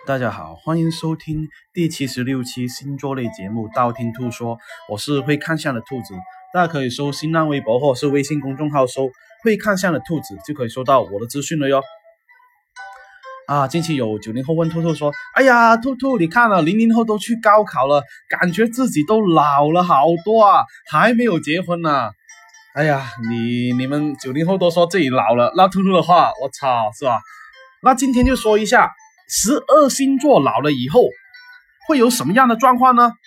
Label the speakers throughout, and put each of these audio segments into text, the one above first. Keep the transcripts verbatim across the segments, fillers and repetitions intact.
Speaker 1: 大家好，欢迎收听第七十六期星座类节目道听途说，我是会看相的兔子。大家可以搜新浪微博或是微信公众号搜会看相的兔子，就可以收到我的资讯了哟。啊，近期有九零后问兔兔说，哎呀，兔兔你看了，零零后都去高考了，感觉自己都老了好多啊，还没有结婚呢、啊。哎呀，你你们九零后都说自己老了，那兔兔的话，我操，是吧？那今天就说一下十二星座老了以后会有什么样的状况呢？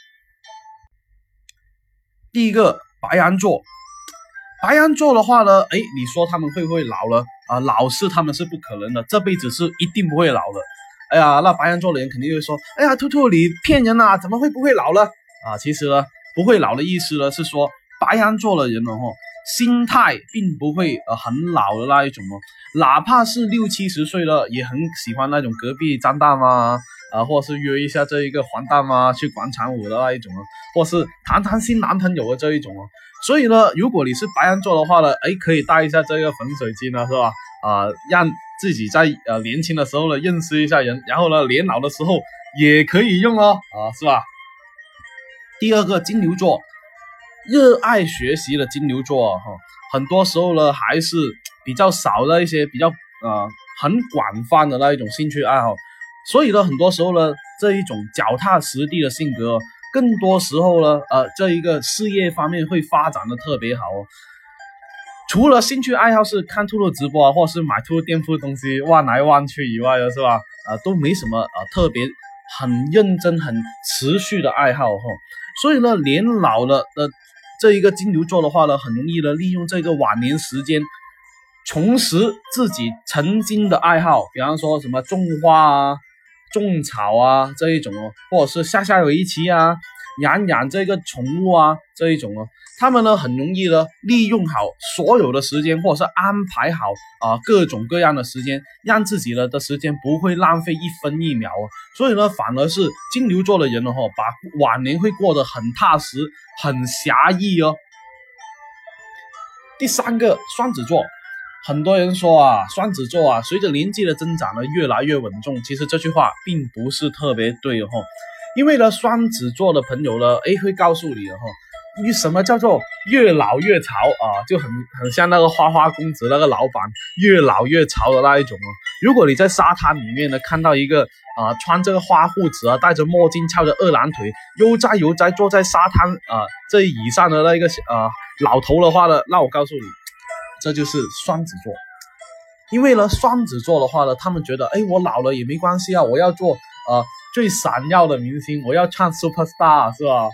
Speaker 1: 第一个，白羊座。白羊座的话呢，哎，你说他们会不会老了啊？老是他们是不可能的，这辈子是一定不会老的。哎呀，那白羊座的人肯定会说，哎呀，兔兔你骗人啊，怎么会不会老了啊？其实呢，不会老的意思呢是说，白羊座的人呢，心态并不会呃很老的那一种哦，哪怕是六七十岁了，也很喜欢那种隔壁张大妈啊，或者是约一下这一个黄大妈去广场舞的那一种哦，或是谈谈新男朋友的这一种哦。所以呢，如果你是白羊座的话呢，哎，可以带一下这个粉水晶呢，是吧？啊、呃，让自己在呃年轻的时候呢认识一下人，然后呢年老的时候也可以用哦，啊，是吧？第二个，金牛座。热爱学习的金牛座哈，很多时候呢还是比较少的一些比较呃很广泛的那一种兴趣爱好，所以呢很多时候呢这一种脚踏实地的性格，更多时候呢呃这一个事业方面会发展的特别好哦。除了兴趣爱好是看兔兔直播啊，或是买兔兔店铺的东西望来望去以外的是吧？呃都没什么呃特别很认真很持续的爱好哈。所以呢年老了的。这一个金牛座的话呢，很容易呢利用这个晚年时间，重拾自己曾经的爱好，比方说什么种花啊、种草啊这一种哦，或者是下下围棋啊、养养这个宠物啊这一种哦，他们呢很容易呢利用好所有的时间，或者是安排好啊、呃、各种各样的时间，让自己的的时间不会浪费一分一秒哦。所以呢，反而是金牛座的人呢，把晚年会过得很踏实、很侠义哦。第三个，双子座。很多人说啊，双子座啊，随着年纪的增长呢，越来越稳重。其实这句话并不是特别对的哈，因为呢，双子座的朋友呢，诶，会告诉你的哈，你什么叫做越老越潮啊？就很很像那个花花公子那个老板，越老越潮的那一种哦。如果你在沙滩里面呢，看到一个啊、呃、穿这个花裤子啊，戴着墨镜，翘着二郎腿，悠哉悠哉坐在沙滩啊、呃、这椅上的那个呃老头的话呢，那我告诉你。这就是双子座，因为呢，双子座的话呢，他们觉得，哎，我老了也没关系啊，我要做呃最闪耀的明星，我要唱 super star 是吧？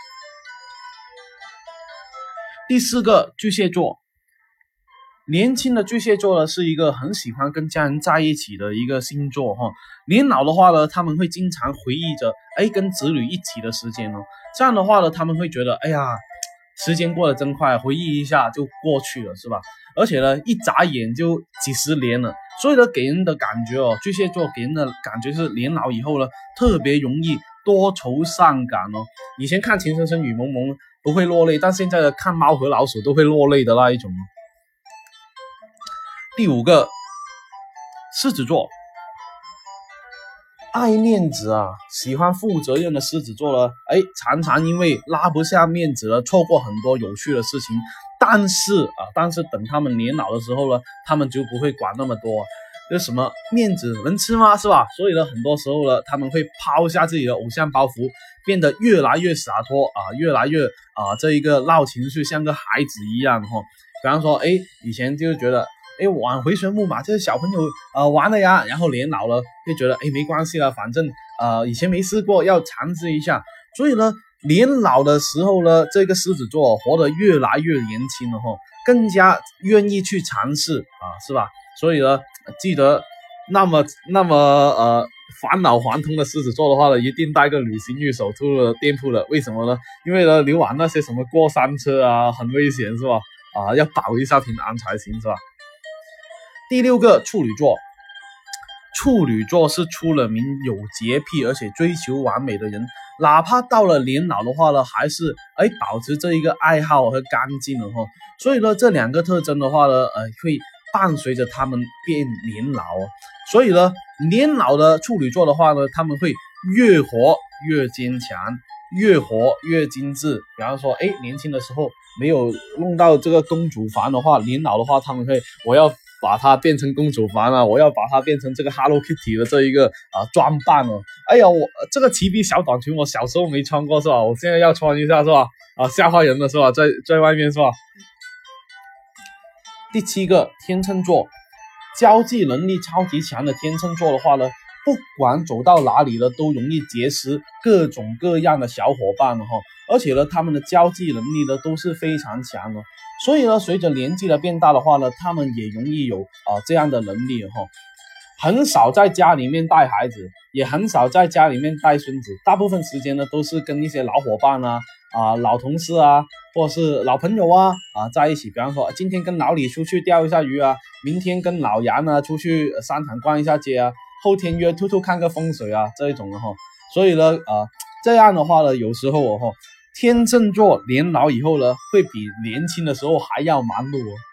Speaker 1: 第四个，巨蟹座，年轻的巨蟹座呢，是一个很喜欢跟家人在一起的一个星座哈。年老的话呢，他们会经常回忆着，哎，跟子女一起的时间哦。这样的话呢，他们会觉得，哎呀。时间过得真快，回忆一下就过去了，是吧？而且呢，一眨眼就几十年了，所以呢，给人的感觉哦，巨蟹座给人的感觉是年老以后呢，特别容易多愁善感哦。以前看《情深深雨蒙蒙》不会落泪，但现在的看《猫和老鼠》都会落泪的那一种。第五个，狮子座。爱面子啊，喜欢负责任的狮子座呢，哎，常常因为拉不下面子了，错过很多有趣的事情。但是啊，但是等他们年老的时候呢，他们就不会管那么多，就什么面子能吃吗？是吧？所以呢，很多时候呢，他们会抛下自己的偶像包袱，变得越来越洒脱啊，越来越啊，这一个闹情绪像个孩子一样哈。比方说，哎，以前就觉得。哎，玩回旋木马，这是小朋友呃玩的呀，然后年老了就觉得哎没关系了，反正呃以前没试过，要尝试一下。所以呢，年老的时候呢，这个狮子座活得越来越年轻了哈，更加愿意去尝试啊，是吧？所以呢，记得那么那么呃返老还童的狮子座的话呢，一定带个旅行玉手兔的店铺了。为什么呢？因为呢，你玩那些什么过山车啊，很危险是吧？啊，要保一下平安才行是吧？第六个，处女座。处女座是出了名有洁癖而且追求完美的人，哪怕到了年老的话呢，还是哎保持这一个爱好和干净的哈。所以呢，这两个特征的话呢，呃，会伴随着他们变年老哦。所以呢，年老的处女座的话呢，他们会越活越坚强，越活越精致。比方说，哎，年轻的时候没有弄到这个公主房的话，年老的话他们会，我要把它变成公主房啊，我要把它变成这个 Hello Kitty 的这一个啊装扮哦。哎呀，我这个齐臂小短裙我小时候没穿过是吧？我现在要穿一下是吧？啊，吓坏人了是吧？在在外面是吧？第七个，天秤座，交际能力超级强的天秤座的话呢，不管走到哪里呢，都容易结识各种各样的小伙伴的哈。而且呢，他们的交际能力呢都是非常强的。所以呢，随着年纪的变大的话呢，他们也容易有啊、呃、这样的能力哈。很少在家里面带孩子，也很少在家里面带孙子，大部分时间呢都是跟一些老伙伴啊、啊、呃、老同事啊，或者是老朋友啊啊在一起。比方说，今天跟老李出去钓一下鱼啊，明天跟老杨呢出去商场逛一下街啊，后天约兔兔看个风水啊这一种的哈。所以呢，啊、呃、这样的话呢，有时候哦哈，天秤座年老以后呢，会比年轻的时候还要忙碌哦。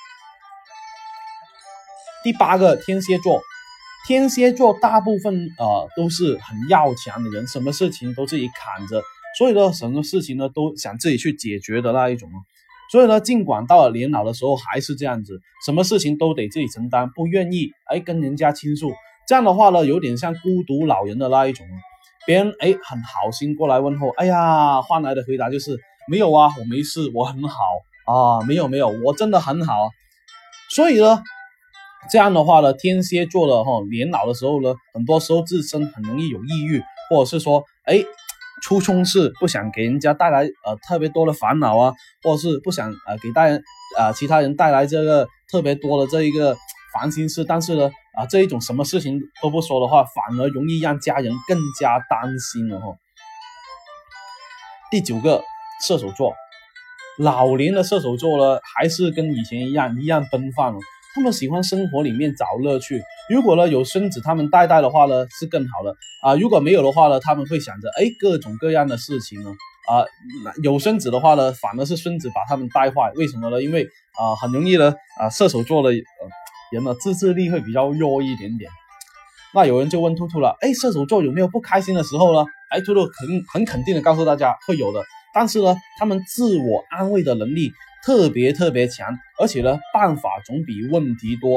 Speaker 1: 第八个，天蝎座。天蝎座大部分呃都是很要强的人，什么事情都自己扛着，所以呢，什么事情呢都想自己去解决的那一种。所以呢，尽管到了年老的时候还是这样子，什么事情都得自己承担，不愿意哎跟人家倾诉。这样的话呢，有点像孤独老人的那一种。别人哎很好心过来问候，哎呀，换来的回答就是没有啊，我没事，我很好啊，没有没有，我真的很好。所以呢，这样的话呢，天蝎座的哈年老的时候呢，很多时候自身很容易有抑郁，或者是说，哎，出冲事，不想给人家带来呃特别多的烦恼啊，或者是不想呃给大人呃其他人带来这个特别多的这一个烦心事。但是呢，啊、呃、这一种什么事情都不说的话，反而容易让家人更加担心了哈。第九个，射手座，老年的射手座呢，还是跟以前一样一样奔放了。他们喜欢生活里面找乐趣，如果呢有孙子他们带带的话呢是更好的啊、呃，如果没有的话呢，他们会想着哎各种各样的事情呢啊、呃，有孙子的话呢，反而是孙子把他们带坏，为什么呢？因为啊、呃、很容易呢啊、呃、射手座的、呃、人呢自制力会比较弱一点点。那有人就问兔兔了，哎，射手座有没有不开心的时候呢？哎，兔兔很很肯定的告诉大家会有的，但是呢，他们自我安慰的能力特别特别强，而且呢，办法总比问题多。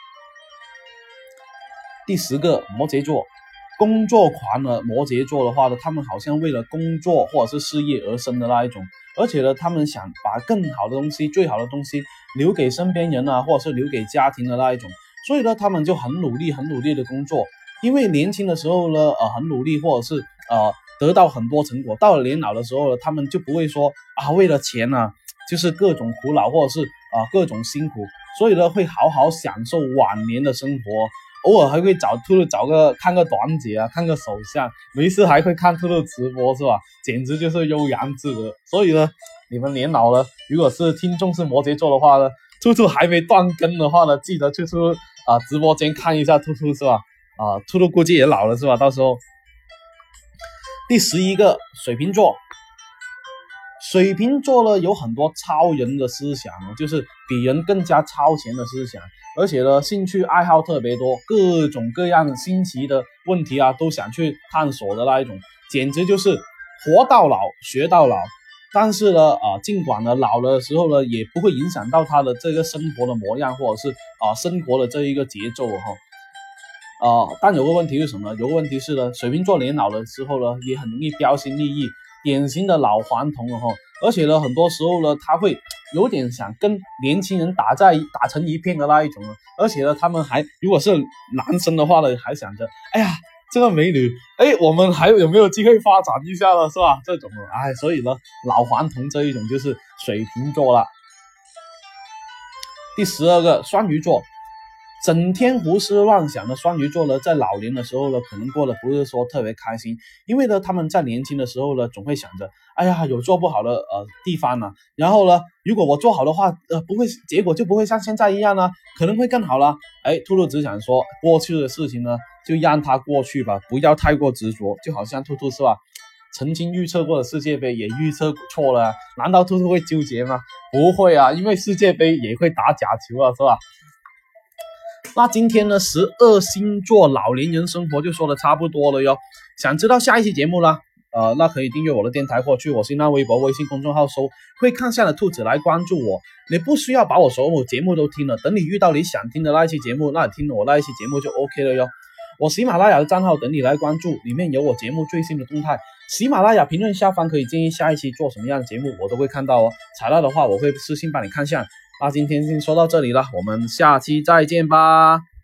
Speaker 1: 第十个，摩羯座，工作狂的摩羯座的话呢，他们好像为了工作或者是事业而生的那一种，而且呢，他们想把更好的东西、最好的东西留给身边人啊，或者是留给家庭的那一种，所以呢，他们就很努力、很努力的工作。因为年轻的时候呢，呃，很努力，或者是呃得到很多成果，到了年老的时候呢，他们就不会说啊为了钱啊，就是各种苦恼或者是啊、呃、各种辛苦，所以呢会好好享受晚年的生活，偶尔还会找兔兔找个看个短姐啊，看个手相，没事还会看兔兔直播是吧？简直就是悠然自得。所以呢，你们年老了，如果是听众是摩羯座的话呢，兔兔还没断更的话呢，记得去兔兔啊直播间看一下兔兔是吧？啊，兔兔估计也老了是吧？到时候。第十一个，水瓶座。水瓶座呢有很多超人的思想，就是比人更加超前的思想，而且呢兴趣爱好特别多，各种各样新奇的问题啊都想去探索的那一种，简直就是活到老学到老。但是呢啊、呃，尽管呢老了的时候呢，也不会影响到他的这个生活的模样，或者是啊、呃、生活的这一个节奏哈。啊、呃，但有个问题是什么呢？有个问题是呢，水瓶座年老的时候呢，也很容易标新立异，典型的老顽童了哈。而且呢，很多时候呢，他会有点想跟年轻人打在打成一片的那一种了。而且呢，他们还如果是男生的话呢，还想着，哎呀，这个美女，哎，我们还有没有机会发展一下了，是吧？这种的，哎，所以呢，老顽童这一种就是水瓶座了。第十二个，双鱼座。整天胡思乱想的双鱼座呢，在老年的时候呢，可能过得不是说特别开心，因为呢，他们在年轻的时候呢，总会想着，哎呀，有做不好的呃地方呢、啊，然后呢，如果我做好的话，呃，不会，结果就不会像现在一样呢，可能会更好了。哎，兔兔只想说，过去的事情呢，就让它过去吧，不要太过执着，就好像兔兔是吧？曾经预测过的世界杯也预测错了、啊，难道兔兔会纠结吗？不会啊，因为世界杯也会打假球啊，是吧？ 那今天呢，十二星座老年人生活就说的差不多了哟。想知道下一期节目啦？呃，那可以订阅我的电台或去我新浪微博、微信公众号搜会看相的兔子来关注我。你不需要把我所有节目都听了，等你遇到你想听的那一期节目，那你听了我那一期节目就 OK 了哟。我喜马拉雅的账号等你来关注，里面有我节目最新的动态。喜马拉雅评论下方可以建议下一期做什么样的节目，我都会看到哦。采纳的话，我会私信帮你看相。那今天先说到这里了，我们下期再见吧。